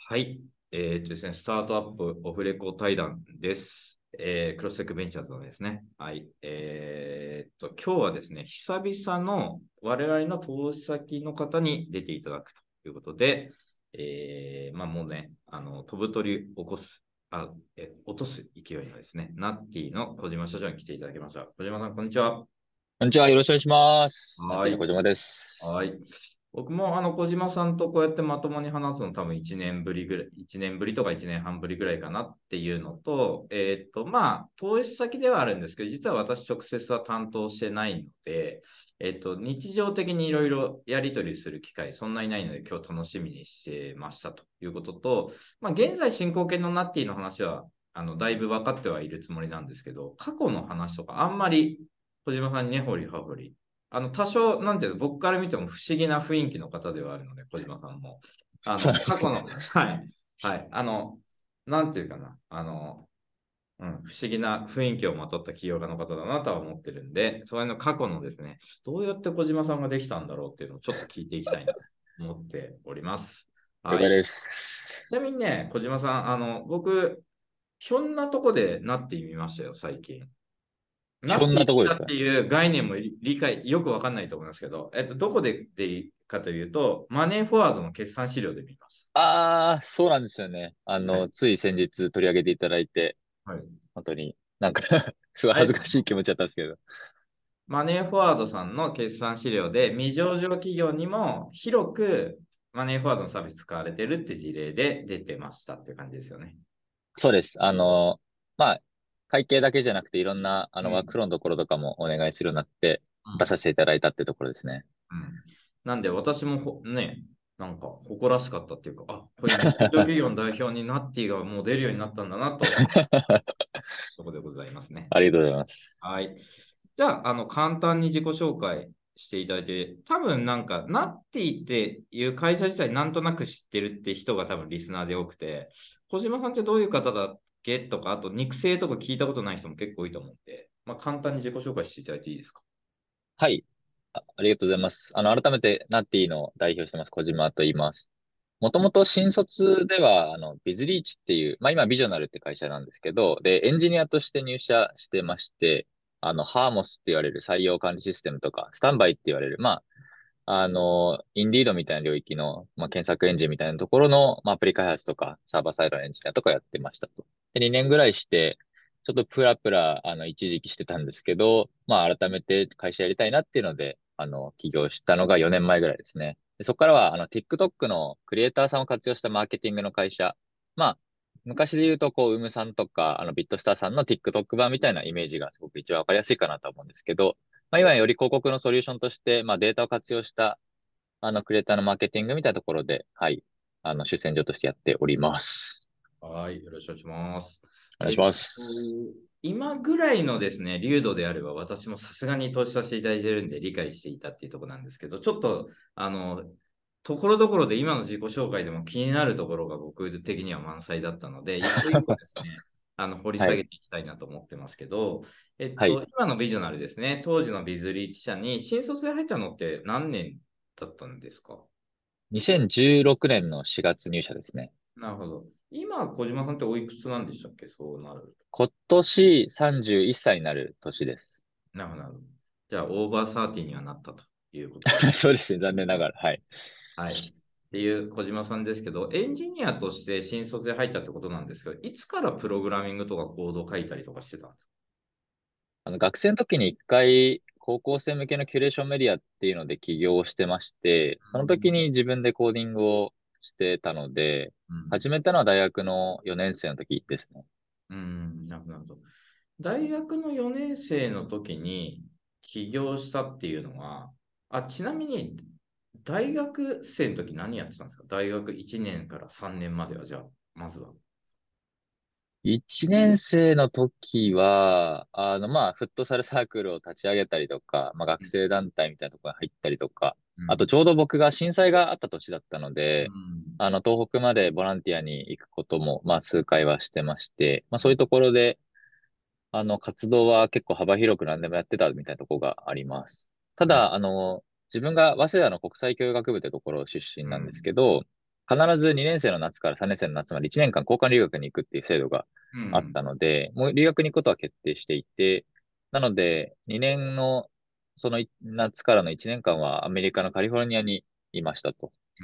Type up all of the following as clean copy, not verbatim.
はい。ですね、スタートアップオフレコ対談です。クロステックベンチャーズのですね。はい。今日はですね、久々の我々の投資先の方に出ていただくということで、まあもうね、飛ぶ鳥を起こす、落とす勢いのですね、ナッティの小島社長に来ていただきました。小島さん、こんにちは。 こんにちは。よろしくお願いします。ナッはい。 ティの小島です。 はい。僕も小島さんとこうやってまともに話すの多分1年ぶりぐらい、1年ぶりとか1年半ぶりぐらいかなっていうのと、まあ、投資先ではあるんですけど、実は私直接は担当してないので、日常的にいろいろやり取りする機会、そんなにないので、今日楽しみにしてましたということと、まあ、現在進行形のナッティの話は、だいぶ分かってはいるつもりなんですけど、過去の話とかあんまり小島さんに根掘り葉掘り多少、なんていうの、僕から見ても不思議な雰囲気の方ではあるので、小島さんも。 そうなんですね。 過去の、はい、はい、なんていうかな、不思議な雰囲気をまとった起業家の方だなとは思ってるんで、それの過去のですね、どうやって小島さんができたんだろうっていうのをちょっと聞いていきたいなと思っております。はい。 了解です。 ちなみにね、小島さん、僕、ひょんなとこでなってみましたよ、最近。なひょんっていったってなとこですか？ いう概念も理解、よくわかんないと思いますけど、どこでいいかというと、マネーフォワードの決算資料で見ます。 ああー、そうなんですよね。 はい。 つい先日取り上げていただいて、 はい。 本当になんかすごい恥ずあれですか、 かしい気持ちだったんですけど。 マネーフォワードさんの決算資料で、未上場企業にも広くマネーフォワードのサービス使われてるって事例で出てましたっていう感じですよね。 そうです。まあ、会計だけじゃなくていろんな、ワークうん。 フローのところとかもお願いするようになって、 うん。 出させていただいたってところですね。 うん。なんで私もね、なんか誇らしかったっていうか、こういう日上企業の代表にナッティがもう出るようになったんだなと、ところでございますね。 ありがとうございます。 はい。じゃあ、簡単に自己紹介していただいて、多分なんか、ナッティっていう会社自体なんとなく知ってるって人が多分リスナーで多くて、小島さんってどういう方だっけとか、あと肉声とか聞いたことない人も結構多いと思うんで、まあ、簡単に自己紹介していただいていいですか？ はい。ありがとうございます。改めて、ナッティの代表してます、小島と言います。もともと新卒では、ビズリーチっていう、まあ今ビジョナルって会社なんですけど、で、エンジニアとして入社してまして、ハーモスって言われる採用管理システムとか、スタンバイって言われる、まあ、インディードみたいな領域の、まあ、検索エンジンみたいなところの、まあ、アプリ開発とか、サーバーサイドのエンジニアとかやってましたと。で、2年ぐらいして、ちょっとプラプラ、一時期してたんですけど、まあ、改めて会社やりたいなっていうので、起業したのが4年前ぐらいですね。でそこからは、TikTok のクリエイターさんを活用したマーケティングの会社。まあ、昔で言うと、こう、ウムさんとか、ビットスターさんの TikTok 版みたいなイメージがすごく一番わかりやすいかなと思うんですけど、まあ、今より広告のソリューションとして、まあ、データを活用した、クリエイターのマーケティングみたいなところで、はい、主戦場としてやっております。 はい、よろしくお願いします。 お願いします。 今ぐらいのですね、流度であれば、私もさすがに投資させていただいているんで理解していたっていうところなんですけど、ちょっと、ところどころで今の自己紹介でも気になるところが僕的には満載だったので、一個一個ですね、掘りはい。 下げていきたいなと思ってますけど、 はい。 今のビジョナルですね、当時のビズリーチ社に新卒で入ったのって何年だったんですか？ 2016年の4月入社ですね。 なるほど。今、小島さんっておいくつなんでしたっけ、そうなる今年31歳になる年です。 なるほど。なるほど。じゃあ、オーバーサーティにはなったということで。 そうですね。残念ながら。はい。 はい。っていう小島さんですけど、エンジニアとして新卒で入ったってことなんですけど、いつからプログラミングとかコードを書いたりとかしてたんですか？ 学生の時に一回、高校生向けのキュレーションメディアっていうので起業をしてまして、その時に自分でコーディングをしてたので、 うん。 始めたのは大学の4年生の時ですね。 うん。なるほど。なるほど。大学の4年生の時に起業したっていうのは、ちなみに、大学生の時何やってたんですか？大学1年から3年までは、じゃあ、まずは。 一年生の時は、まあ、フットサルサークルを立ち上げたりとか、まあ、学生団体みたいなところに入ったりとか、あとうん。 ちょうど僕が震災があった年だったので、 うん。 東北までボランティアに行くことも、まあ、数回はしてまして、まあ、そういうところで、活動は結構幅広く何でもやってたみたいなところがあります。たなだ、自分が早稲田の国際教育学部ってところ出身なんですうん。 けど、 必ず2年生の夏から3年生の夏まで1年間交換留学に行くっていう制度があっうん。 たので、もう留学に行くことは決定していて、なので、2年の、その夏からの1年間はアメリカのカリフォルニアにいましたと。 うん。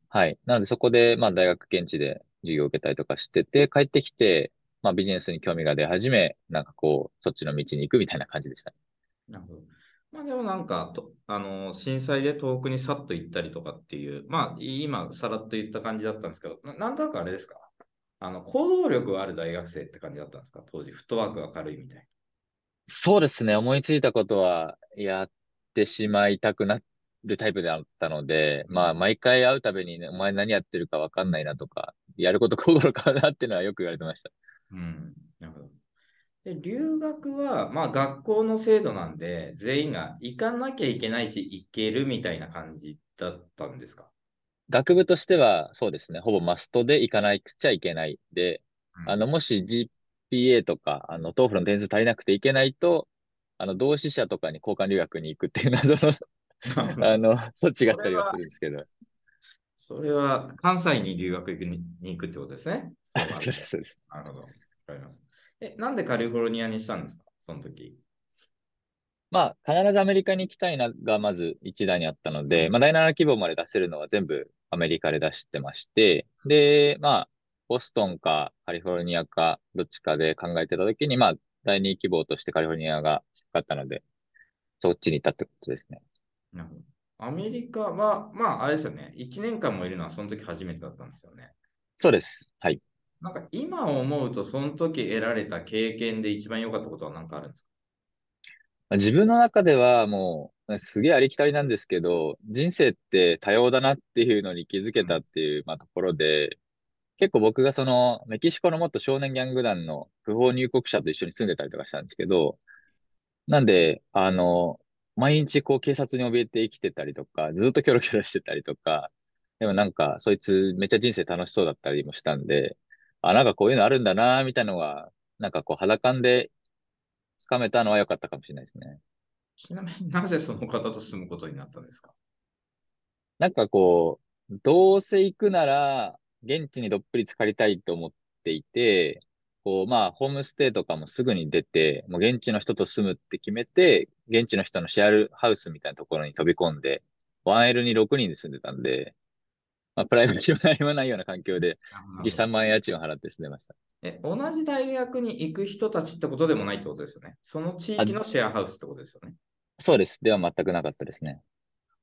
はい。なのでそこで、まあ大学現地で授業を受けたりとかしてて、帰ってきて、まあビジネスに興味が出始め、なんかこう、そっちの道に行くみたいな感じでしたね。 なるほど。まあでもなんか震災で遠くにさっと行ったりとかっていう、まあ今さらっと言った感じだったんですけど、なんとなくあれですか？行動力がある大学生って感じだったんですか？当時、フットワークが軽いみたいそうですね。思いついたことはやってしまいたくなるタイプであったので、 な。うん。 まあ毎回会うたびにね、お前何やってるかわかんないなとか、やること心変わるなっていうのはよく言われてました。 うん。なるほど。で、留学は、まあ学校の制度なんで、全員が行かなきゃいけないし、行けるみたいな感じだったんですか？ 学部としてはそうですね。ほぼマストで行かなくちゃいけないで、 うん。 もし GPA とか、トーフルの点数足りなくていけないと、同志社とかに交換留学に行くっていう謎のなるほど。 措置があったりはそれは、 するんですけど。 それは関西に留学に行くってことですね。そうなると。 そうです、そうです。 なるほど。わかります。なんでカリフォルニアにしたんですか？その時。 まあ、必ずアメリカに行きたいながまず一台にあったので、 うん。 まあ、第7希望まで出せるのは全部アメリカで出してまして、で、まあ、ボストンかカリフォルニアかどっちかで考えてた時に、まあ、第2希望としてカリフォルニアが引っかかったので、そっちに行ったってことですね。 なるほど。アメリカは、まあ、あれですよね。1年間もいるのはその時初めてだったんですよね。 そうです。はい。 なんか今思うと、その時得られた経験で一番良かったことは何かあるんですか？ まあ自分の中ではもう、すげえありきたりなんですけど、人生って多様だなっていうのに気づけたっていう、まあ、ところで、結構僕がその、メキシコの元少年ギャング団の不法入国者と一緒に住んでたりとかしたんですけど、なんで、毎日こう警察に怯えて生きてたりとか、ずっとキョロキョロしてたりとか、でもなんか、そいつめっちゃ人生楽しそうだったりもしたんで、あ、なんかこういうのあるんだな、みたいなのが、なんかこう肌感でつかめたのは良かったかもしれないですね。 ちなみになぜその方と住むことになったんですか？ なんかこう、どうせ行くなら、現地にどっぷり浸かりたいと思っていて、こう、まあ、ホームステイとかもすぐに出て、もう現地の人と住むって決めて、現地の人のシェアハウスみたいなところに飛び込んで、1L に6人で住んでたんで、まあ、プライバシーも何もないような環境で、月なるほど。 3万円家賃を払って住んでました。 同じ大学に行く人たちってことでもないってことですよね。その地あ、 域のシェアハウスってことですよね。 そうです。では全くなかったですね。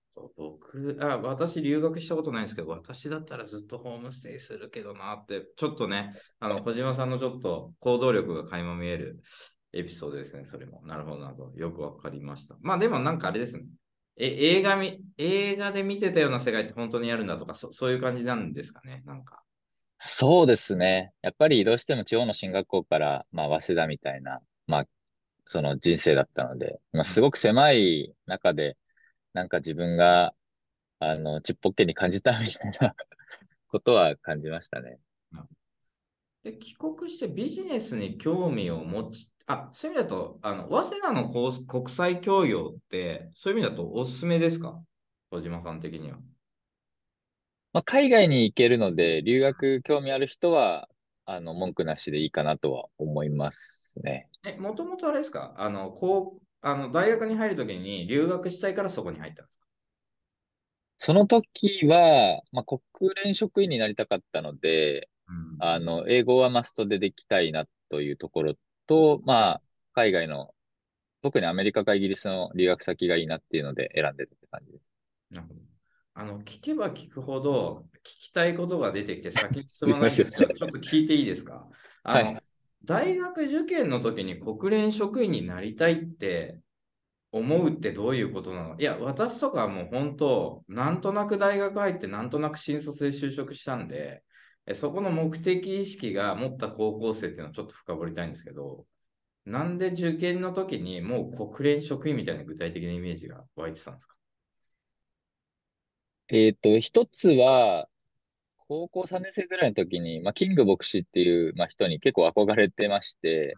私留学したことないんですけど、私だったらずっとホームステイするけどなって、ちょっとね、小島さんのちょっと行動力が垣間見えるエピソードですね、それも。なるほどなるほど。よくわかりました。まあでもなんかあれですね。映画で見てたような世界って本当にあるんだとか、そういう感じなんですかね、なんか。 そうですね。やっぱりどうしても地方の進学校から、まあ、早稲田みたいな、まあ、その人生だったので、まあ、 うん。 すごく狭い中で、なんか自分が、ちっぽけに感じたみたいなことは感じましたね。 で、帰国してビジネスに興味を持ち、そういう意味だと、早稲田の国際教養って、そういう意味だとおすすめですか？小島さん的には。 まあ、海外に行けるので、留学興味ある人は、文句なしでいいかなとは思いますね。 もともとあれですか？大学に入るときに留学したいからそこに入ったんですか？ その時は、まあ、国連職員になりたかったので、 うん。 英語はマストでできたいなというところと、まあ、海外の、特にアメリカかイギリスの留学先がいいなっていうので選んでたって感じです。 なるほど。聞けば聞くほど聞きたいことが出てきて先進ますいません。 ないんですけど、ちょっと聞いていいですか？ はい。 大学受験の時に国連職員になりたいって思うってどういうことなの？いや、私とかはもう本当、なんとなく大学入って、なんとなく新卒で就職したんで、そこの目的意識が持った高校生っていうのをちょっと深掘りたいんですけど、なんで受験の時にもう国連職員みたいな具体的なイメージが湧いてたんですか？ 一つは、高校3年生ぐらいの時に、まあ、キング牧師っていう、まあ、人に結構憧れてまして、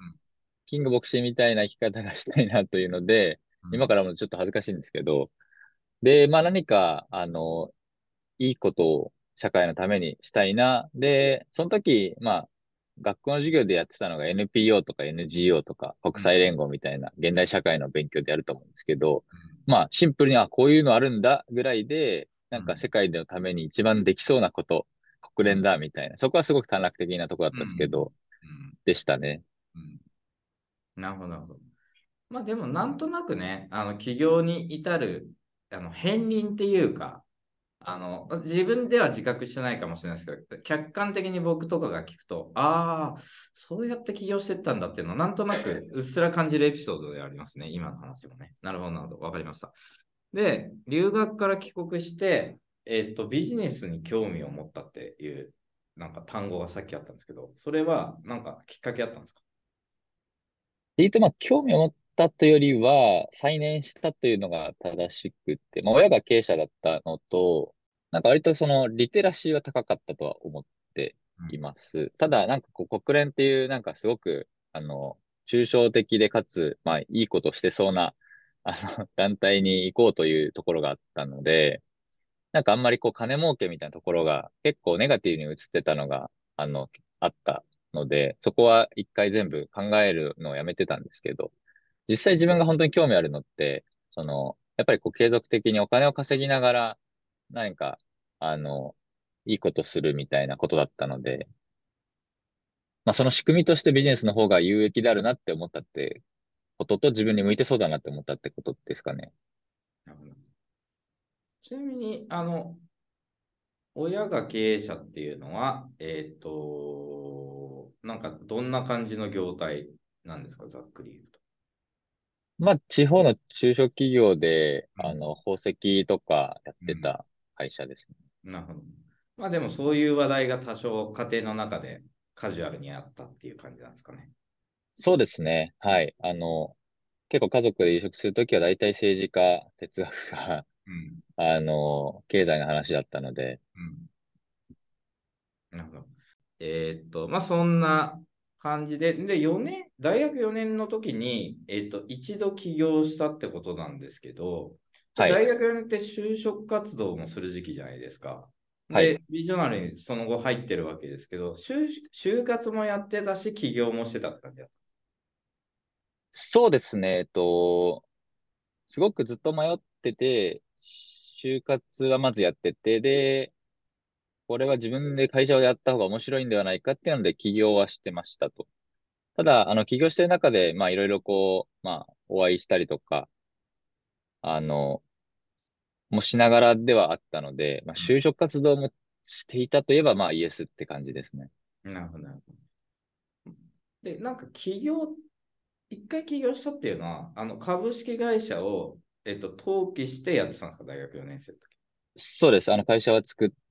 キング牧師みたいな生き方がしたいなというので、 うん。 今からもちょっと恥ずかしいんですけど、で、まあ何か、いいことを社会のためにしたいな。で、その時、まあ、学校の授業でやってたのが NPO とか NGO とか国うん。 際連合みたいな現代社会の勉強でやると思うんですけど、まあ、シンプルに、こういうのあるんだぐらいで、なんかうん。 世界のために一番できそうなこと、国うん。 連だみたいな。そこはすごく短絡的なところだっうん。 たんですけど、 うん。 でしたね。 うん。なるほど、なるほど。まあでもなんとなくね、起業に至る、片鱗っていうか、自分では自覚してないかもしれないですけど、客観的に僕とかが聞くと、ああ、そうやって起業してったんだっていうのは、なんとなくうっすら感じるエピソードでありますね、今の話もね。なるほど、なるほど、わかりました。で、留学から帰国して、ビジネスに興味を持ったっていう、なんか単語がさっきあったんですけど、それはなんかきっかけあったんですか？ で言うと、まあ、興味を持ったというよりは、再燃したというのが正しくて、まあ、親が経営者だったのと、なんか割とその、リテラシーは高かったとは思っています。ただ、なんかこう、国連っていう、なんかすごく、抽象的でかつ、まあ、いいことしてそうな、団体に行こうというところがあったので、なんかあんまりこう金儲けみたいなところが結構ネガティブに映ってたのが、あったので、そこは一回全部考えるのをやめてたんですけど、実際自分が本当に興味あるのって、やっぱりこう継続的にお金を稼ぎながら何か、あの、いいことするみたいなことだったので、まあその仕組みとしてビジネスの方が有益であるなって思ったってことと自分に向いてそうだなって思ったってことですかね。 なるほど。ちなみに、親が経営者っていうのは、なんかどんな感じの業態なんですか、ざっくり言うと。 まあ、地方の中小企業で、 うん。 宝石とかやっうん。 てた会社ですね。 なるほど。まあでもそういう話題が多少家庭の中でカジュアルにあったっていう感じなんですかね。 そうですね。はい。結構家族で夕食するときは大体政治家、哲学が、 うん。 経済の話だったので、 うん。なるほど。まあそんな感じで、で、大学4年の時に、一度起業したってことなんですけど、で、 はい。 大学4年って就職活動もする時期じゃないですか。 はい。 で、ビジョナルにその後入ってるわけですけど、就活もやってたし、起業もしてたって感じだった。 そうですね。すごくずっと迷ってて、就活はまずやってて、で、これは自分で会社をやった方が面白いんではないかっていうので起業はしてましたと。ただ、起業してる中で、まあ、いろいろこう、まあ、お会いしたりとか、あの、もしながらではあったので、まあ、就職活動もしていたといえば、まあ、イエスって感じですね。 うん。なるほど、なるほど。で、なんか一回起業したっていうのは、株式会社を、登記してやってたんですか、大学4年生の時。 そうです。会社は作って、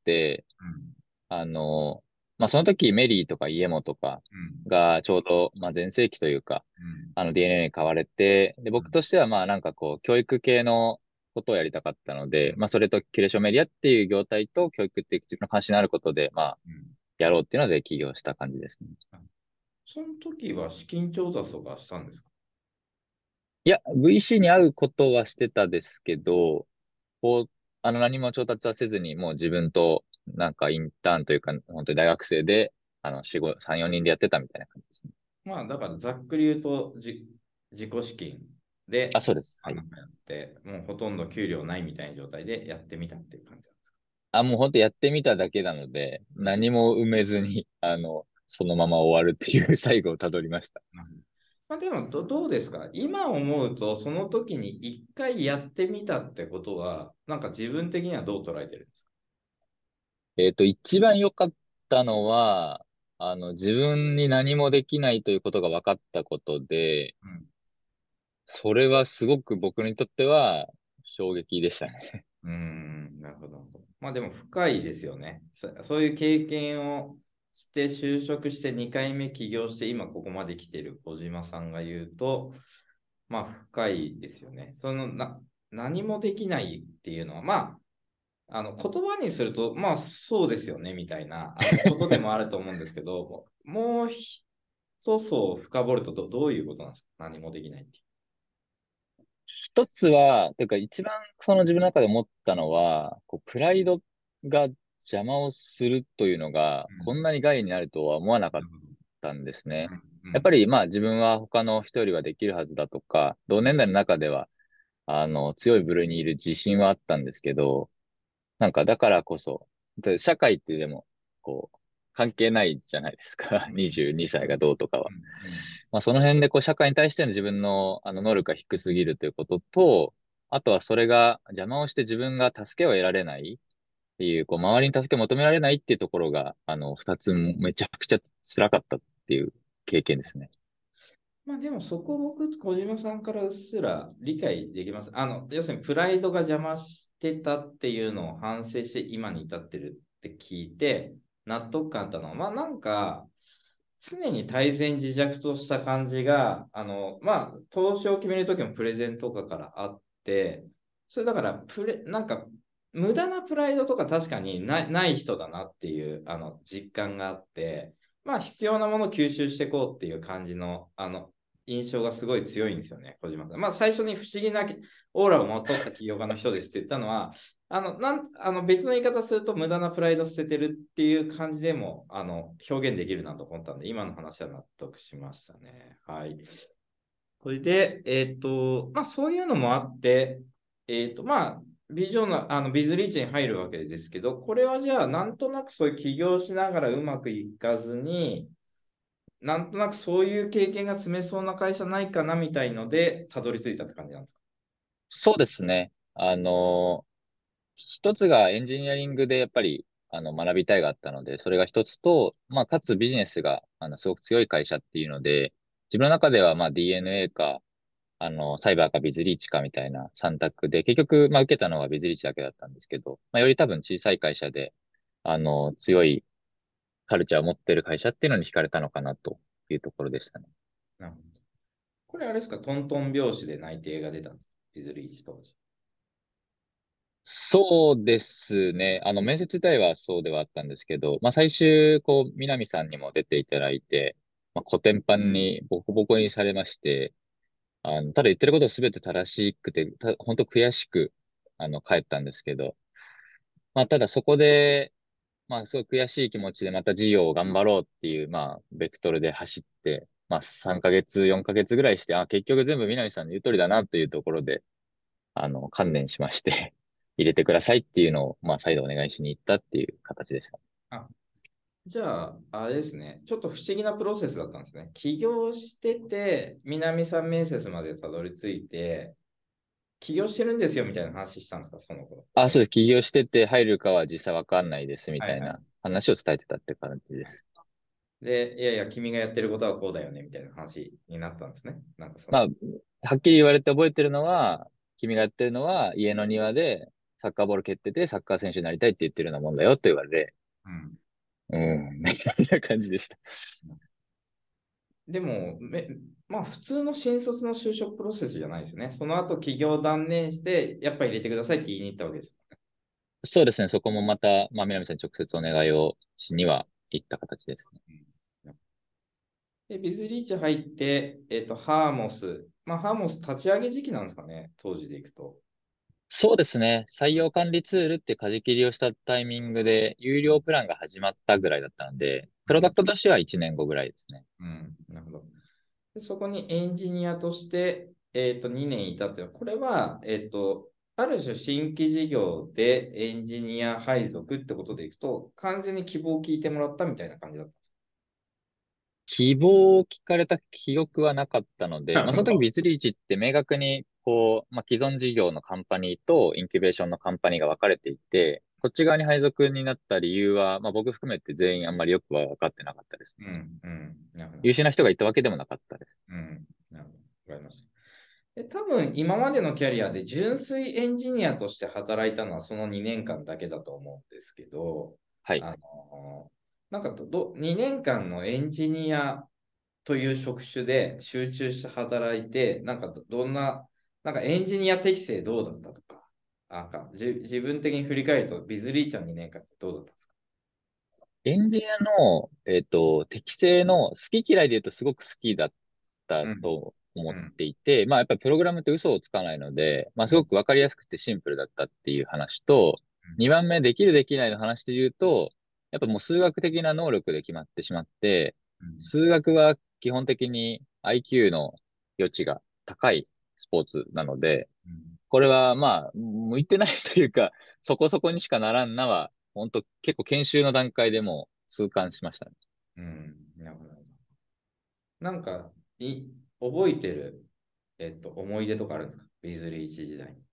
うん。 あの、まあ、その時、メリーとかイエモとかうん。 がちょうど、まあ、全盛期というか、 うん。 DNA に買われて、で、 うん。 僕としては、まあ、なんかこう、教育系のことをやりたかったので、 うん。 まあ、それと、キュレーションメディアっていう業態と教育っていう自分の関心のあることで、まあ、 うん。 やろうっていうので起業した感じですね。 その時は資金調達とかしたんですか？ いや、VC に会うことはしてたですけど、こう、何も調達はせずに、もう自分と、なんかインターンというか、本当に大学生で、4、5、3、4人でやってたみたいな感じですね。 まあ、だからざっくり言うと、自己資金あ、 で、 そうです。はい。 なんかやって、もうほとんど給料ないみたいな状態でやってみたっていう感じなんですか？ あ、もう本当やってみただけなので、 うん。 何も埋めずに、そのまま終わるっていう最後をたどりました。 うん。まあ、でもどうですか、今思うと、その時に一回やってみたってことは、なんか自分的にはどう捉えてるんですか？ 一番良かったのは、自分に何もできないということが分かったことで、 うん。 それはすごく僕にとっては衝撃でしたね。 なるほど。まあでも深いですよね。そういう経験をして就職して2回目起業して今ここまで来てる小島さんが言うと、まあ深いですよね。何もできないっていうのは、まあ、言葉にすると、まあそうですよねみたいなことでもあると思うんですけど、もう一層深掘るとどういうことなんですか、何もできないってい一つは、というか一番その自分の中で思ったのは、こう、プライドが邪魔をするというのが、 うん。 こんなに害になるとは思わなかっなるほど。 たんですね。 うん。うん。 やっぱりまあ自分は他の人よりはできるはずだとか、同年代の中では、強い部類にいる自信はあったんですけど、なんかだからこそ、で社会ってでも、こう、関係ないじゃないですか。 うん。 22歳がどうとかは。 うん。うん。 まあその辺でこう社会に対しての自分の能力が低すぎるということと、あとはそれが邪魔をして自分が助けを得られないっていう、こう周りに助けを求められないっていうところが、二つめちゃくちゃ辛かったっていう経験ですね。 まあでもそこ僕、小島さんからうっすら理解できます。要するにプライドが邪魔してたっていうのを反省して今に至ってるって聞いて納得感あったのは、まあなんか常に泰然自若とした感じが、まあ投資を決めるときもプレゼンとかからあって、それだからなんか無駄なプライドとか確かにない人だなっていう実感があって、まあ必要なものを吸収していこうっていう感じの、印象がすごい強いんですよね、小島さん。まあ、最初に不思議なオーラをまとった起業家の人ですって言ったのは、別の言い方すると無駄なプライド捨ててるっていう感じでも表現できるなと思ったんで、今の話は納得しましたね。はい。それで、まあ、そういうのもあって、まあ、ビジョンの、ビズリーチに入るわけですけど、これはじゃあ、なんとなくそういう起業しながらうまくいかずに、なんとなくそういう経験が積めそうな会社ないかなみたいので、たどり着いたって感じなんですか？ そうですね。一つがエンジニアリングでやっぱり、学びたいがあったので、それが一つと、まあ、かつビジネスが、すごく強い会社っていうので、自分の中では、まあ、DNA か、サイバーかビズリーチかみたいな3択で、結局、まあ、受けたのはビズリーチだけだったんですけど、まあ、より多分小さい会社で、強いカルチャーを持ってる会社っていうのに惹かれたのかなというところでしたね。 なるほど。これあれですか、トントン拍子で内定が出たんですか？ビズリーチ当時。 そうですね。面接自体はそうではあったんですけど、まあ、最終、こう、南さんにも出ていただいて、まあ、コテンパンにボコボコにされまして、ただ言ってることすべて正しくて、本当悔しく、帰ったんですけど、まあ、ただそこで、まあ、すごい悔しい気持ちでまた事業を頑張ろうっていう、まあ、ベクトルで走って、まあ、3ヶ月、4ヶ月ぐらいして、結局全部南さんの言う通りだなっていうところで、観念しまして入れてくださいっていうのを、まあ、再度お願いしに行ったっていう形でした。 あ、じゃあ、あれですね。ちょっと不思議なプロセスだったんですね。起業してて、南さん面接までたどり着いて、起業してるんですよみたいな話したんですか、その頃。 あ、そうです。起業してて入るかは実際わかんないですみたいなはいはい。 話を伝えてたって感じです。 で、いやいや、君がやってることはこうだよねみたいな話になったんですね。なんかそまあ、 の、 はっきり言われて覚えてるのは、君がやってるのは家の庭でサッカーボール蹴っててサッカー選手になりたいって言ってるようなもんだよって言われて、 うん。 うん、みたいな感じでした。 でも、まあ普通の新卒の就職プロセスじゃないですよね。その後起業断念して、やっぱり入れてくださいって言いに行ったわけです。 そうですね。そこもまた、まあ、南さんに直接お願いをしには行った形ですね。 うん。で、ビズリーチ入って、ハーモス。まあ、ハーモス立ち上げ時期なんですかね、当時でいくと。 そうですね。採用管理ツールって舵切りをしたタイミングで、有料プランが始まったぐらいだったので、プロダクトとしては1年後ぐらいですね。 うん、なるほど。で、そこにエンジニアとして、2年いたという、これは、ある種新規事業でエンジニア配属ってことでいくと、完全に希望を聞いてもらったみたいな感じだったんです希望を聞かれた記憶はなかったのか？ で、まあ、その時なるほど。 ビズリーチって明確に、こう、まあ、既存事業のカンパニーとインキュベーションのカンパニーが分かれていて、こっち側に配属になった理由は、まあ、僕含めて全員あんまりよくは分かってなかったですね。 うん、うん、なるほど。 優秀な人がいたわけでもなかったです。 うん、なるほど。わかりました。多分今までのキャリアで純粋エンジニアとして働いたのはその2年間だけだと思うんですけど、 はい。 あなんか2年間のエンジニアという職種で集中して働いて、なんかどんな、なんかエンジニア適性どうだったとか、なんか自分的に振り返るとビズリーチャーの2年間ってどうだったんですか？ エンジニアの、適正の好き嫌いで言うとすごく好きだったうん、 と思っうん、 ていて、まあやっぱりプログラムって嘘をつかないので、まあうん、 すごくわかりやすくてシンプルだったっていう話と、 2番目、できるできないの話で言うと、やっぱもう数学的な能力で決まってしまって、 うん。 数学は基本的に IQ の余地が高いスポーツなので、 うん。 これはまあ、向いてないというか、そこそこにしかならんなは、本当結構研修の段階でもう痛感しましたね。 うん。なるほど。なんか、覚えてる、思い出とかあるんですか？ビズリーチ時代に。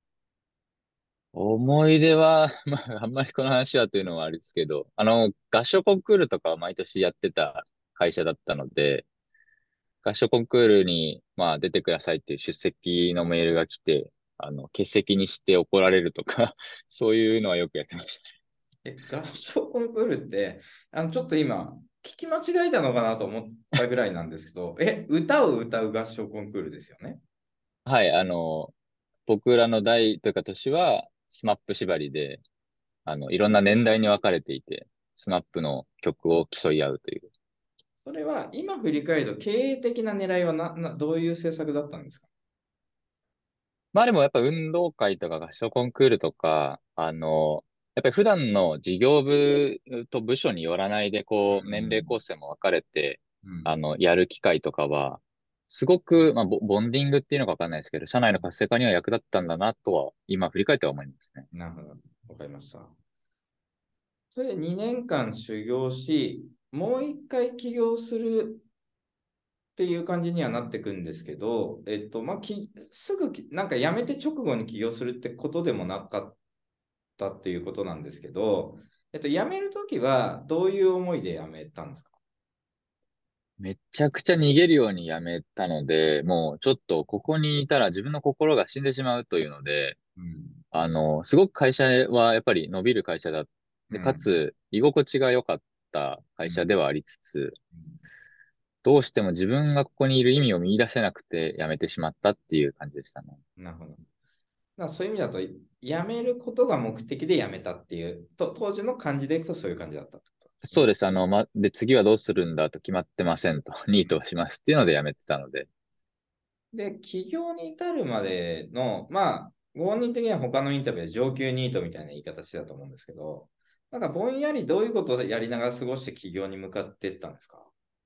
思い出は、まあ、あんまりこの話はというのはあれですけど、合唱コンクールとかは毎年やってた会社だったので、合唱コンクールに、まあ、出てくださいっていう出席のメールが来て、欠席にして怒られるとかそういうのはよくやってました。 合唱コンクールって、ちょっと今、聞き間違えたのかなと思ったぐらいなんですけど、歌を歌う合唱コンクールですよね。 はい、僕らの代というか年は、スマップ縛りで、いろんな年代に分かれていて、スマップの曲を競い合うという。 それは、今振り返ると、経営的な狙いはどういう政策だったんですか？ まあでもやっぱ運動会とか合唱コンクールとか、やっぱり普段の事業部と部署によらないで、こう、年齢構成も分かれて、 うん。 やる機会とかは、すごく、まあ、ボンディングっていうのか分かんないですけど、社内の活性化には役立ったんだなとは、今振り返っては思いますね。 なるほど。わかりました。それで2年間修行し、もう一回起業するっていう感じにはなってくんですけど、まあ、すぐなんか辞めて直後に起業するってことでもなかったっていうことなんですけど、辞めるときはどういう思いで辞めたんですか？ めちゃくちゃ逃げるように辞めたので、もうちょっとここにいたら自分の心が死んでしまうというので、 うん。 すごく会社はやっぱり伸びる会社だ。で、かうん。 つ、居心地が良かったうん。 会社ではありつつ、 うん。 どうしても自分がここにいる意味を見出せなくて辞めてしまったっていう感じでしたね。 なるほど。だからそういう意味だと、辞めることが目的で辞めたっていう、当時の感じでいくとそういう感じだったってことですね。 そうです。で、次はどうするんだと決まってませんと、ニートをしますっていうので辞めてたので。 で、起業に至るまでの、まあ、ご本人的には他のインタビューで上級ニートみたいな言い方してたと思うんですけど、なんかぼんやりどういうことをやりながら過ごして起業に向かっていったんですか？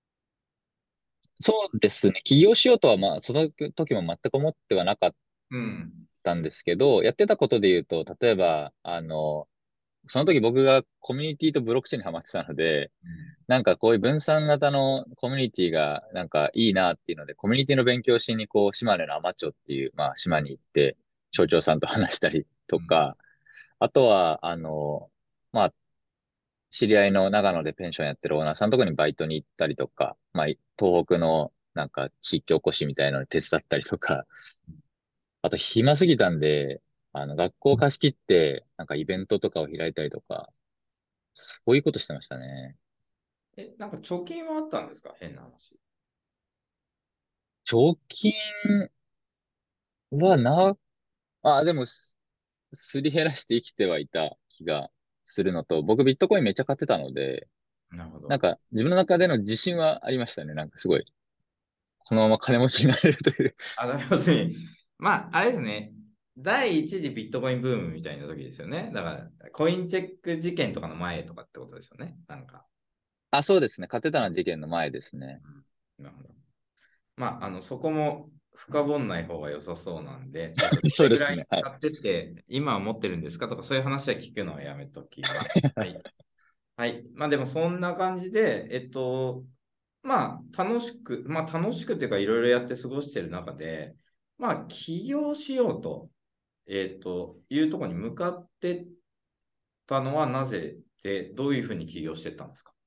そうですね。起業しようとは、まあ、その時も全く思ってはなかったんですけど、やってたことで言うと、例えば、その時僕がコミュニティとブロックチェーンにハマってたので、 うん。 なんかこういう分散型のコミュニティがなんかいいなっていうので、コミュニティの勉強しにこう、島根の海士町っていう、まあ島に行って、町長さんと話したりうん。 とか、あとは、まあ、知り合いの長野でペンションやってるオーナーさんのところにバイトに行ったりとか、まあ、東北のなんか地域おこしみたいなのに手伝ったりとか、あと暇すぎたんで、学校貸し切って、なんかイベントとかを開いたりとか、そういうことしてましたね。 なんか貯金はあったんですか？変な話。 貯金はでもすり減らして生きてはいた気がするのと、僕ビットコインめっちゃ買ってたので、 なるほど。 なんか自分の中での自信はありましたね。なんかすごい、このまま金持ちになれるという。 要するに、まあ、あれですね。第一次ビットコインブームみたいな時ですよね。だから、コインチェック事件とかの前とかってことですよね。なんか。 あ、そうですね。買ってたのは事件の前ですね。 うん。なるほど。まあ、そこも深掘んない方が良さそうなんで、どれぐらいそうですね。はい。 買ってって今は持ってるんですかとか、そういう話は聞くのはやめときます。はい。はい。まあでもそんな感じで、まあ楽しくっていうかいろいろやって過ごしてる中で、まあ起業しようと、いうところに向かってったのはなぜで、どういうふうに起業してったんですか？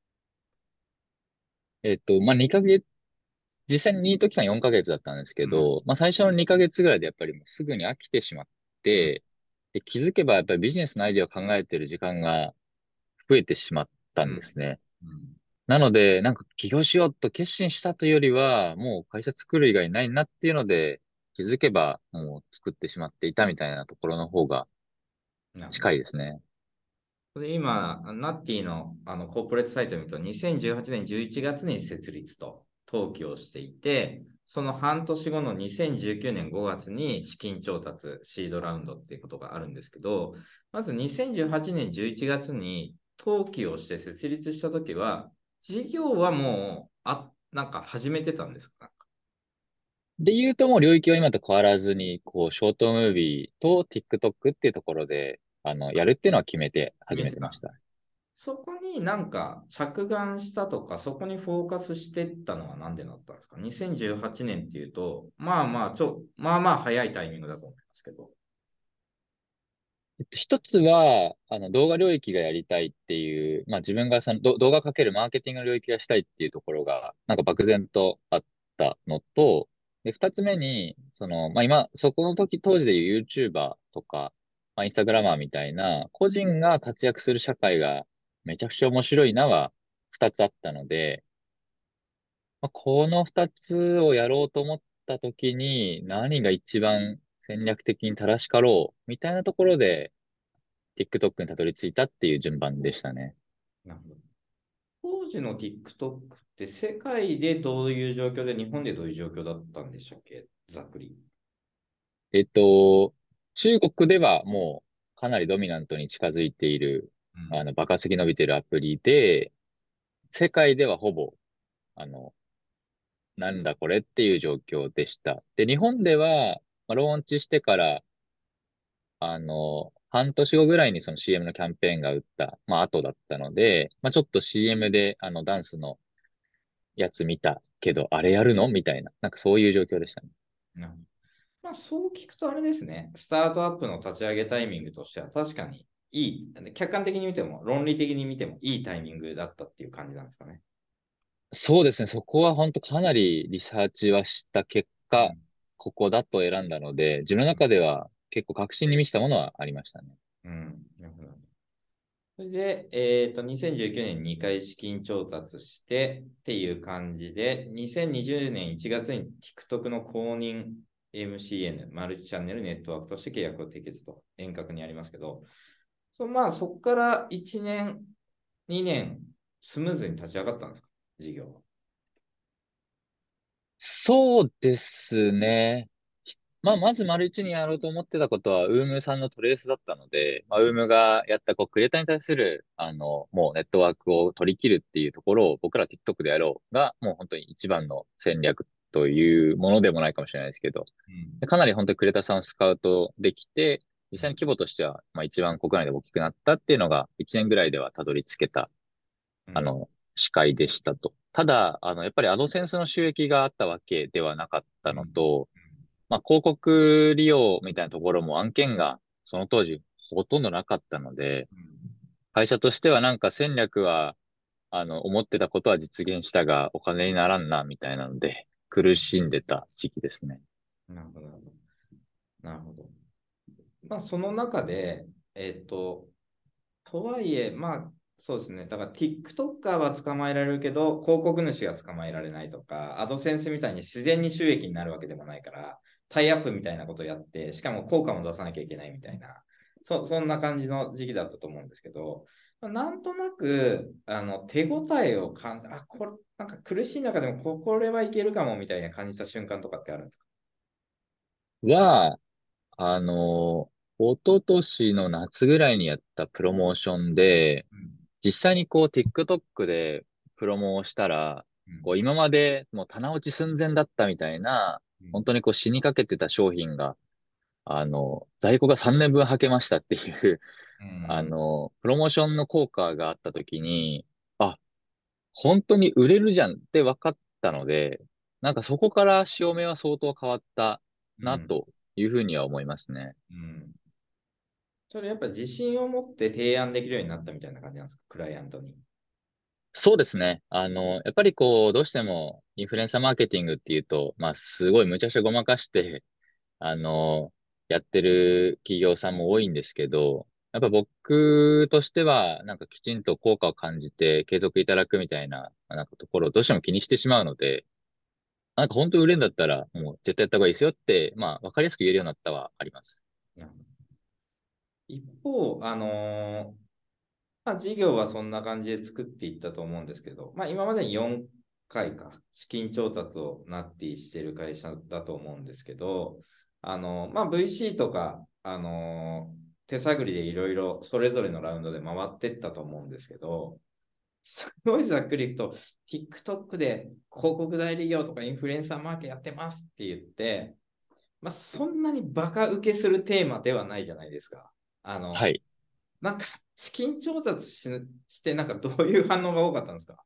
まあ、2ヶ月、実際にニート期間4ヶ月だったんですけうん。 ど、まあ、最初の2ヶ月ぐらいでやっぱりもうすぐに飽きてしまっうん。 て、で、気づけばやっぱりビジネスのアイデアを考えてる時間が増えてしまったうん。 んですね。 うん。 なので、なんか起業しようと決心したというよりは、もう会社作る以外ないなっていうので、気づけばもう作ってしまっていたみたいなところの方がなるほど。 近いですね。 で今、ナッティの、コーポレートサイトを見ると、2018年11月に設立と登記をしていて、 その半年後の2019年5月に資金調達、シードラウンドっていうことがあるんですけど、まず2018年11月に登記をして設立したときは、事業はもう、なんか始めてたんですか？ で言うともう領域は今と変わらずに、こう、ショートムービーと TikTok っていうところで、やるっていうのは決めて決始めてました。 めてたんですね。そこになんか着眼したとか、そこにフォーカスしていったのは何でだったんですか？ 2018 年っていうと、まあまあ早いタイミングだと思いますけど。 一つは、動画領域がやりたいっていう、まあ自分がその動画かけるマーケティングの領域がしたいっていうところが、なんか漠然とあったのと、で、二つ目に、まあ今、そこの時、当時でいう YouTuber とか、まあインスタグラマーみたいな、個人が活躍する社会がめちゃくちゃ面白いなは二つあったので、まあ、この二つをやろうと思った時に、何が一番戦略的に正しかろう、みたいなところで、TikTok にたどり着いたっていう順番でしたね。 なるほど。当時の TikTok って世界でどういう状況で、日本でどういう状況だったんでしたっけ？ざっくり。 えっと、中国ではもうかなりドミナントに近づいている、 うん。 爆発的に伸びているアプリで、世界ではほぼ、あの、なんだこれっていう状況でした。で、日本では、まあ、ローンチしてから、半年後ぐらいにその CM のキャンペーンが打った、まあ、後だったので、まあ、ちょっと CM で、ダンスのやつ見たけど、あれやるのみたいな、なんかそういう状況でしたね。 なるほど。まあ、そう聞くとあれですね。スタートアップの立ち上げタイミングとしては確かにいい、客観的に見ても、論理的に見てもいいタイミングだったっていう感じなんですかね。 そうですね。そこは本当かなりリサーチはした結果、 うん。 ここだと選んだので、自分の中では結構確信に満ちたものはありましたね。 うん。なるほど。それで、2019年に2回資金調達してっていう感じで、2020年1月に TikTok の公認 MCN、マルチチャンネルネットワークとして契約を締結と遠隔にありますけど、まあそこから1年、2年、スムーズに立ち上がったんですか？事業は。 そうですね。まあ、まず丸一にやろうと思ってたことは、ウームさんのトレースだったので、まあ、ウームがやったこうクリエイターに対する、もうネットワークを取り切るっていうところを僕ら TikTok でやろうが、もう本当に一番の戦略というものでもないかもしれないですけど、 うん。 でかなり本当にクリエイターさんをスカウトできて、実うん。 際に規模としては、まあ一番国内で大きくなったっていうのが、1年ぐらいではたどり着けた、 うん。 あの、司会でしたと。ただ、やっぱりアドセンスの収益があったわけではなかったうん。 のと、まあ、広告利用みたいなところも案件がその当時ほとんどなかったので、 うん。 会社としてはなんか戦略は、思ってたことは実現したがお金にならんな、みたいなので、苦しんでた時期ですね。 なるほど。なるほど。なるほど。まあその中で、とはいえ、まあ、そうですね。だから TikToker は捕まえられるけど、広告主は捕まえられないとか、アドセンスみたいに自然に収益になるわけでもないから、タイアップみたいなことをやって、しかも効果も出さなきゃいけないみたいな、そんな感じの時期だったと思うんですけど、まあなんとなく、手応えを感じ、これ、なんか苦しい中でも、これはいけるかもみたいな感じた瞬間とかってあるんですか？ は、あの、一昨年の夏ぐらいにやったプロモーションで、 うん。 実際にこう TikTok でプロモをしたら、 うん。 こう今までもう棚落ち寸前だったみたいな、 うん。 本当にこう死にかけてた商品が、在庫が3年分履けましたっていう、 うん。 プロモーションの効果があった時に、あ、本当に売れるじゃんって分かったので、なんかそこから潮目は相当変わったうん。 なというふうには思いますね。 うん。それやっぱ自信を持って提案できるようになったみたいな感じなんですか、クライアントに。 そうですね。やっぱりこう、どうしてもインフルエンサーマーケティングっていうと、まあ、すごい無茶苦茶ごまかして、あの、やってる企業さんも多いんですけど、やっぱ僕としては、なんかきちんと効果を感じて継続いただくみたいな、なんかところをどうしても気にしてしまうので、なんか本当に売れるんだったら、もう絶対やった方がいいですよって、まあ、わかりやすく言えるようになったはあります。 なるほど。一方、まあ、事業はそんな感じで作っていったと思うんですけど、まあ、今までに4 回か、資金調達をナッティしてる会社だと思うんですけど、まあ、VC とか、手探りでいろいろそれぞれのラウンドで回ってったと思うんですけど、すごいざっくりいくと、TikTok で広告代理業とかインフルエンサーマーケやってますって言って、まあ、そんなにバカ受けするテーマではないじゃないですか。 はい。 なんか、資金調達して、なんかどういう反応が多かったんですか？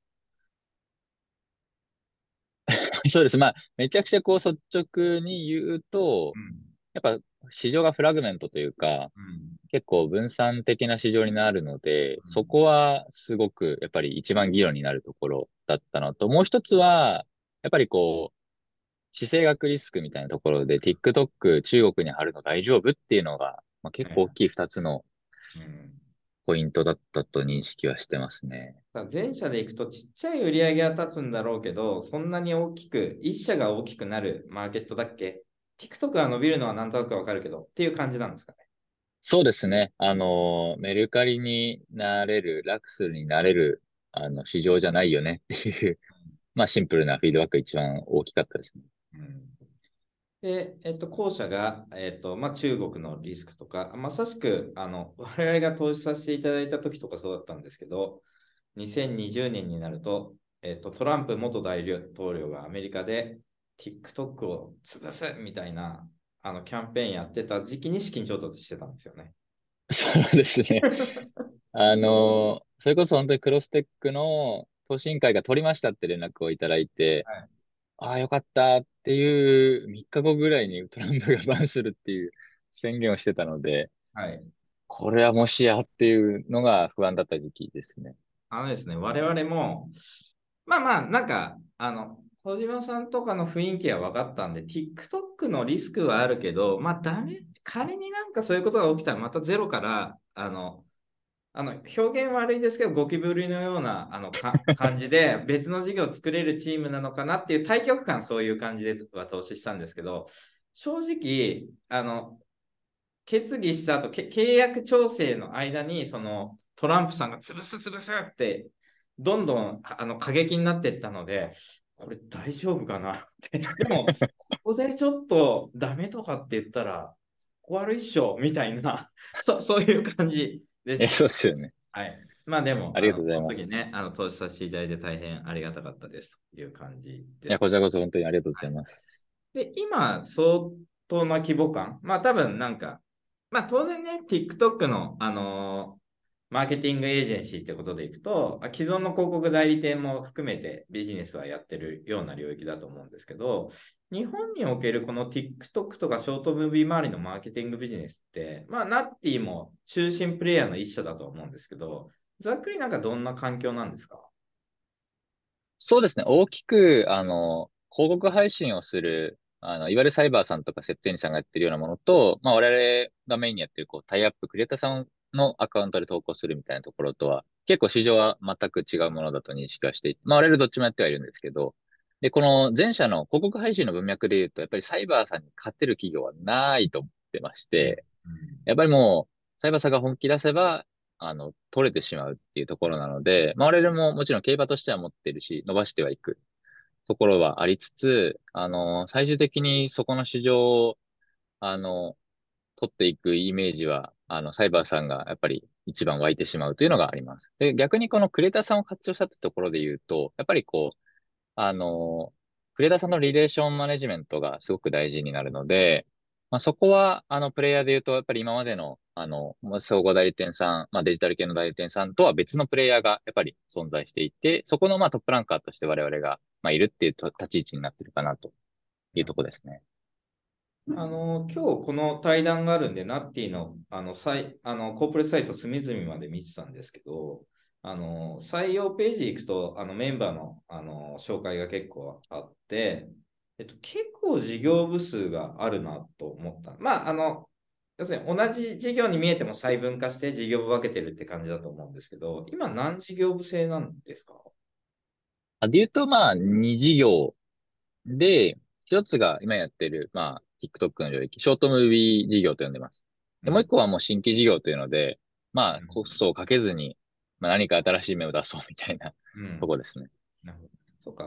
そうです。まあ、めちゃくちゃこう率直に言うと、 うん。 やっぱ市場がフラグメントというか、 うん。 結構分散的な市場になるので、 うん。 そこはすごくやっぱり一番議論になるところだったのと、もう一つは、やっぱりこう、地政学リスクみたいなところで TikTok 中国に貼るの大丈夫っていうのが、まあ、結構大ね。 きい二つのうん。 ポイントだったと認識はしてますね。 前者でいくとちっちゃい売り上げは立つんだろうけど、そんなに大きく、一社が大きくなるマーケットだっけ？ TikTok が伸びるのはなんとなくわかるけど、っていう感じなんですかね。 そうですね。メルカリになれる、ラクスルになれる、市場じゃないよねっていう、まあシンプルなフィードバックが一番大きかったですね。 うん。で、後者が、まあ、中国のリスクとか、まさしく、我々が投資させていただいた時とかそうだったんですけど、2020年になると、トランプ元大統領がアメリカで TikTok を潰すみたいなキャンペーンやってた時期に資金調達してたんですよね。 そうですね。それこそ本当にクロステックの投資委員会が取りましたって連絡をいただいて、 はい。 ああ、よかったっていう3日後ぐらいにトランプがバンするっていう宣言をしてたので、 はい。 これはもしやっていうのが不安だった時期ですね。 ですね、我々も、まあまあ、なんか、小島さんとかの雰囲気は分かったんで、TikTok のリスクはあるけど、まあ、仮になんかそういうことが起きたら、またゼロから、表現悪いですけど、ゴキブリのような感じで別の事業を作れるチームなのかなっていう対極感、そういう感じでは投資したんですけど、正直、決議した後、契約調整の間に、そのトランプさんが潰す潰すって、どんどん過激になっていったので、これ大丈夫かなって。でも、ここでちょっとダメとかって言ったら、悪いっしょみたいな、そういう感じでした。 そうですよね。 はい。まあでも、 ありがとうございその時ね、 ます。 投資させていただいて大変ありがたかったですという感じでいや、 すね。 こちらこそ本当にありがとうございはい。 ます。 で、今、相当な規模感。まあ多分なんか、まあ当然ね、TikTok の、マーケティングエージェンシーってことでいくと、既存の広告代理店も含めてビジネスはやってるような領域だと思うんですけど、日本におけるこの TikTok とかショートムービー周りのマーケティングビジネスって、まあナッティも中心プレイヤーの一社だと思うんですけど、ざっくりなんかどんな環境なんですか？ そうですね。大きく、広告配信をする、いわゆるサイバーさんとか設定員さんがやってるようなものと、まあ、我々がメインにやってる、こう、タイアップ、クリエイターさんのアカウントで投稿するみたいなところとは、結構市場は全く違うものだと認識はしていて、まあ、我々どっちもやってはいるんですけど、で、この前者の広告配信の文脈で言うと、やっぱりサイバーさんに勝てる企業はないと思ってましうん。 て、やっぱりもう、サイバーさんが本気出せば、取れてしまうっていうところなので、まあ、我々ももちろん競馬としては持ってるし、伸ばしてはいくところはありつつ、最終的にそこの市場を、あの、取っていくイメージは、サイバーさんがやっぱり一番湧いてしまうというのがあります。で、逆にこのクリエイターさんを活用したってところで言うと、やっぱりこう、あの、クリエイターさんのリレーションマネジメントがすごく大事になるので、まあ、そこは、プレイヤーで言うと、やっぱり今までの、まあ総合代理店さん、まあ、デジタル系の代理店さんとは別のプレイヤーがやっぱり存在していて、そこの、まあ、トップランカーとして我々が、まあ、いるっていう立ち位置になってるかなというところですね。 今日この対談があるんで、ナッティの、コープレサイト隅々まで見てたんですけど、採用ページ行くと、メンバーの、紹介が結構あって、結構事業部数があるなと思った。まあ、要するに同じ事業に見えても細分化して事業部分けてるって感じだと思うんですけど、今何事業部制なんですか？ で言うと、まあ、二事業で、一つが今やってる、まあ、TikTok の領域、ショートムービー事業と呼んでます。で、もう一うん。 個はもう新規事業というので、まあ、コうん。 ストをかけずに、まあ、何か新しい芽を出そうみたいなうん。 とこですね。 なるほど。そうか。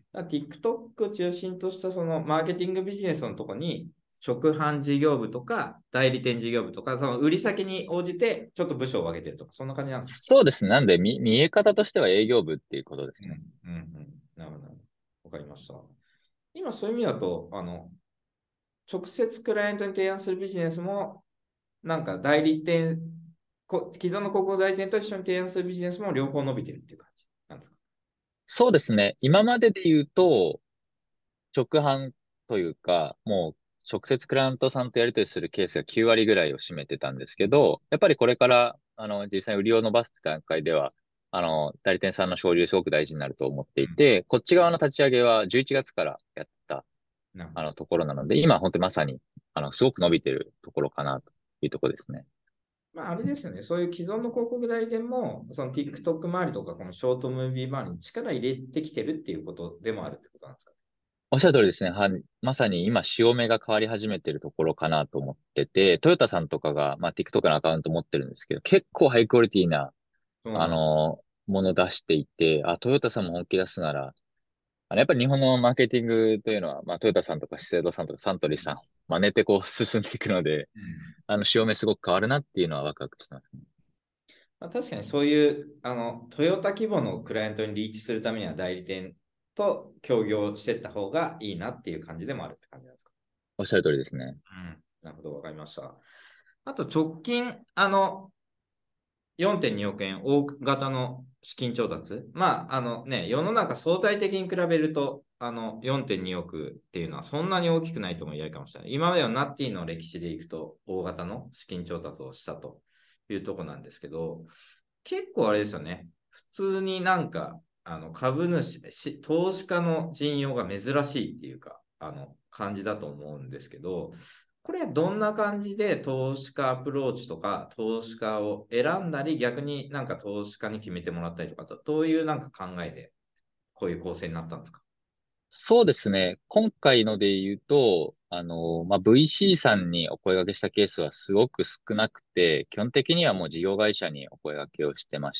TikTok を中心としたそのマーケティングビジネスのところに、直販事業部とか代理店事業部とか、その売り先に応じてちょっと部署を分けてるとか、そんな感じなんですか？ そうですね。なんで、見え方としては営業部っていうことですね。 うん、うん、うん。なるほど。わかりました。今そういう意味だと、直接クライアントに提案するビジネスも、なんか代理店、既存の広告代理店と一緒に提案するビジネスも両方伸びてるっていう感じなんですか？ そうですね。今までで言うと、直販というか、もう直接クライアントさんとやり取りするケースが9割ぐらいを占めてたんですけど、やっぱりこれから、実際売りを伸ばす段階では、代理店さんの省流すごく大事になると思ってうん。 いて、こっち側の立ち上げは11月からやった、 なるほど。 ところなので、今本当にまさに、すごく伸びてるところかなというところですね。 まあ、あれですよね。そういう既存の広告代理店も、その TikTok 周りとか、このショートムービー周りに力入れてきてるっていうことでもあるってことなんですか？ おっしゃる通りですね。まさに今、潮目が変わり始めてるところかなと思ってて、トヨタさんとかが、まあ、TikTok のアカウント持ってるんですけど、結構ハイクオリティな、 そうなんだ。 もの出していて、あ、トヨタさんも本気出すなら、やっぱり日本のマーケティングというのは、まあ、トヨタさんとか資生堂さんとかサントリーさん、真似てこう進んでいくので、 うん。 潮目すごく変わるなっていうのはワクワクしてますね。 まあ、確かにそういう、トヨタ規模のクライアントにリーチするためには代理店と協業していった方がいいなっていう感じでもあるって感じなんですか？ おっしゃる通りですね。 うん。なるほど、わかりました。あと直近、4.2億円大型の資金調達。まあ、世の中相対的に比べると、4.2億っていうのはそんなに大きくないとも言えるかもしれない。今までのナッティの歴史でいくと、大型の資金調達をしたというところなんですけど、結構あれですよね。普通になんか、株主、投資家の陣容が珍しいっていうか、感じだと思うんですけど、これどんな感じで投資家アプローチとか投資家を選んだり逆になんか投資家に決めてもらったりとかどういうなんか考えでこういう構成になったんですか？ そうですね。今回ので言うと、まあ、VC さんにお声掛けしたケースはすごく少なくて、基本的にはもう事業会社にお声掛けをしてまして、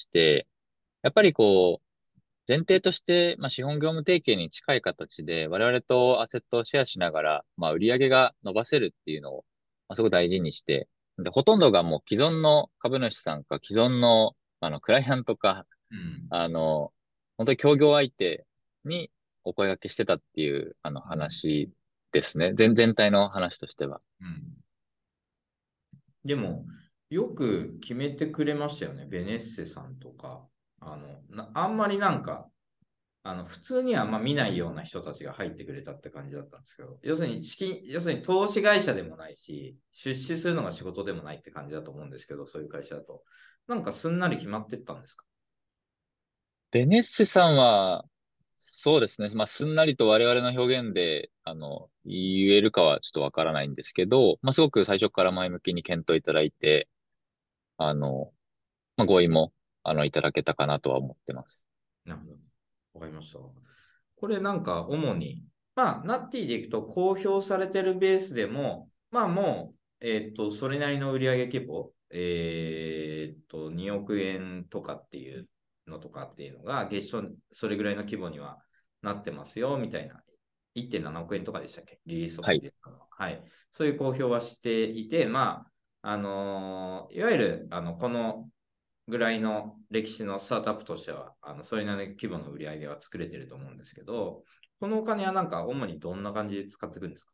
やっぱりこう、前提として、まあ、資本業務提携に近い形で、我々とアセットをシェアしながら、まあ、売上が伸ばせるっていうのを、まあ、すごく大事にして、で、ほとんどがもう既存の株主さんか、既存の、クライアントか、 うん。 本当に協業相手にお声掛けしてたっていう、 うん。 話ですね。全体の話としては。 うん。でも、よく決めてくれましたよね。ベネッセさんとか。あんまりなんか、普通にはあんま見ないような人たちが入ってくれたって感じだったんですけど、要するに投資会社でもないし、出資するのが仕事でもないって感じだと思うんですけど、そういう会社だと。なんかすんなり決まってったんですか？ ベネッセさんは、そうですね。まあ、すんなりと我々の表現で、言えるかはちょっとわからないんですけど、まあ、すごく最初から前向きに検討いただいて、あの、まあ、合意も、いただけたかなとは思ってます。 なるほど。わかりました。これなんか主に、まあ、ナッティでいくと公表されてるベースでも、まあもう、それなりの売上規模、2億円とかっていうのとかっていうのが、月賞それぐらいの規模にはなってますよ、みたいな。1.7億円とかでしたっけリリースとかはい。 に出たのは。はい。そういう公表はしていて、まあ、いわゆる、このぐらいの歴史のスタートアップとしては、それなりの規模の売り上げは作れてると思うんですけど、このお金はなんか主にどんな感じで使っていくんですか？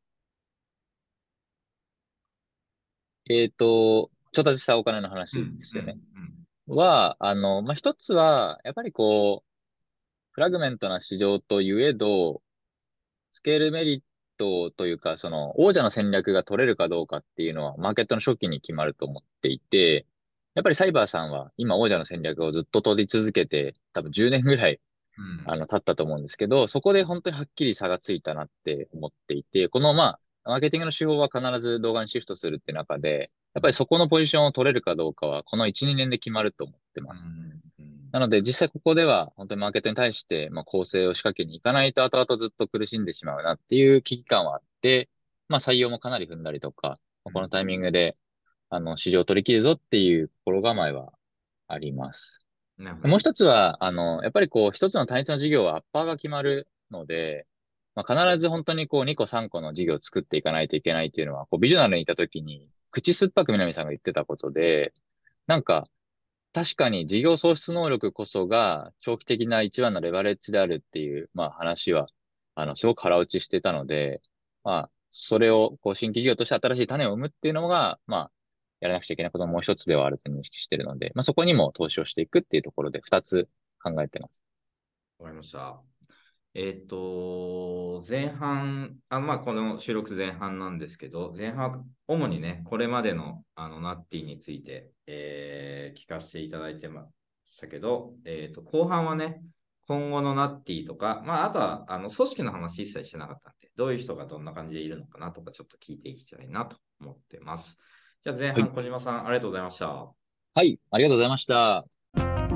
調達したお金のうん、 話ですうん、 よね。 うん。 は、まあ、一つは、やっぱりこう、フラグメントな市場といえど、スケールメリットというか、その、王者の戦略が取れるかどうかっていうのは、マーケットの初期に決まると思っていて、やっぱりサイバーさんは今王者の戦略をずっと取り続けて、多分10年ぐらい、 うん、 経ったと思うんですけど、そこで本当にはっきり差がついたなって思っていて、このまあ、マーケティングの手法は必ず動画にシフトするって中で、やっぱりそこのポジションを取れるかどうかは、この1、2年で決まると思ってうます。 ん、うん。 なので、実際ここでは、本当にマーケットに対して、まあ、構成を仕掛けに行かないと後々ずっと苦しんでしまうなっていう危機感はあって、まあ、採用もかなり踏んだりとか、まあこのタイミングで、市場を取り切るぞっていう心構えはあります。 なるほど。 もう一つは、やっぱりこう、一つの単一の事業はアッパーが決まるので、まあ、必ず本当にこう2個3個の事業を作っていかないといけないっていうのは、こうビジョナルにいた時に、口酸っぱく南さんが言ってたことで、なんか、確かに事業創出能力こそが長期的な一番のレバレッジであるっていう、まあ話は、すごく腹落ちしてたので、まあ、それを、こう、新規事業として新しい種を生むっていうのが、まあ、やらなくちゃいけないことのもう一つではあると認識しているので、まあそこにも投資をしていくっていうところで二つ考えてます。 わかりました。前半、まあ、この収録前半なんですけど、前半は主にね、これまでのナッティについて、聞かせていただいてましたけど、後半はね、今後のナッティとか、まあ、あとは組織の話一切してなかったんで、どういう人がどんな感じでいるのかなとか、ちょっと聞いていきたいなと思ってます。じゃあ前はい。 半、小島さん、ありがとうございました。 はい。ありがとうございました。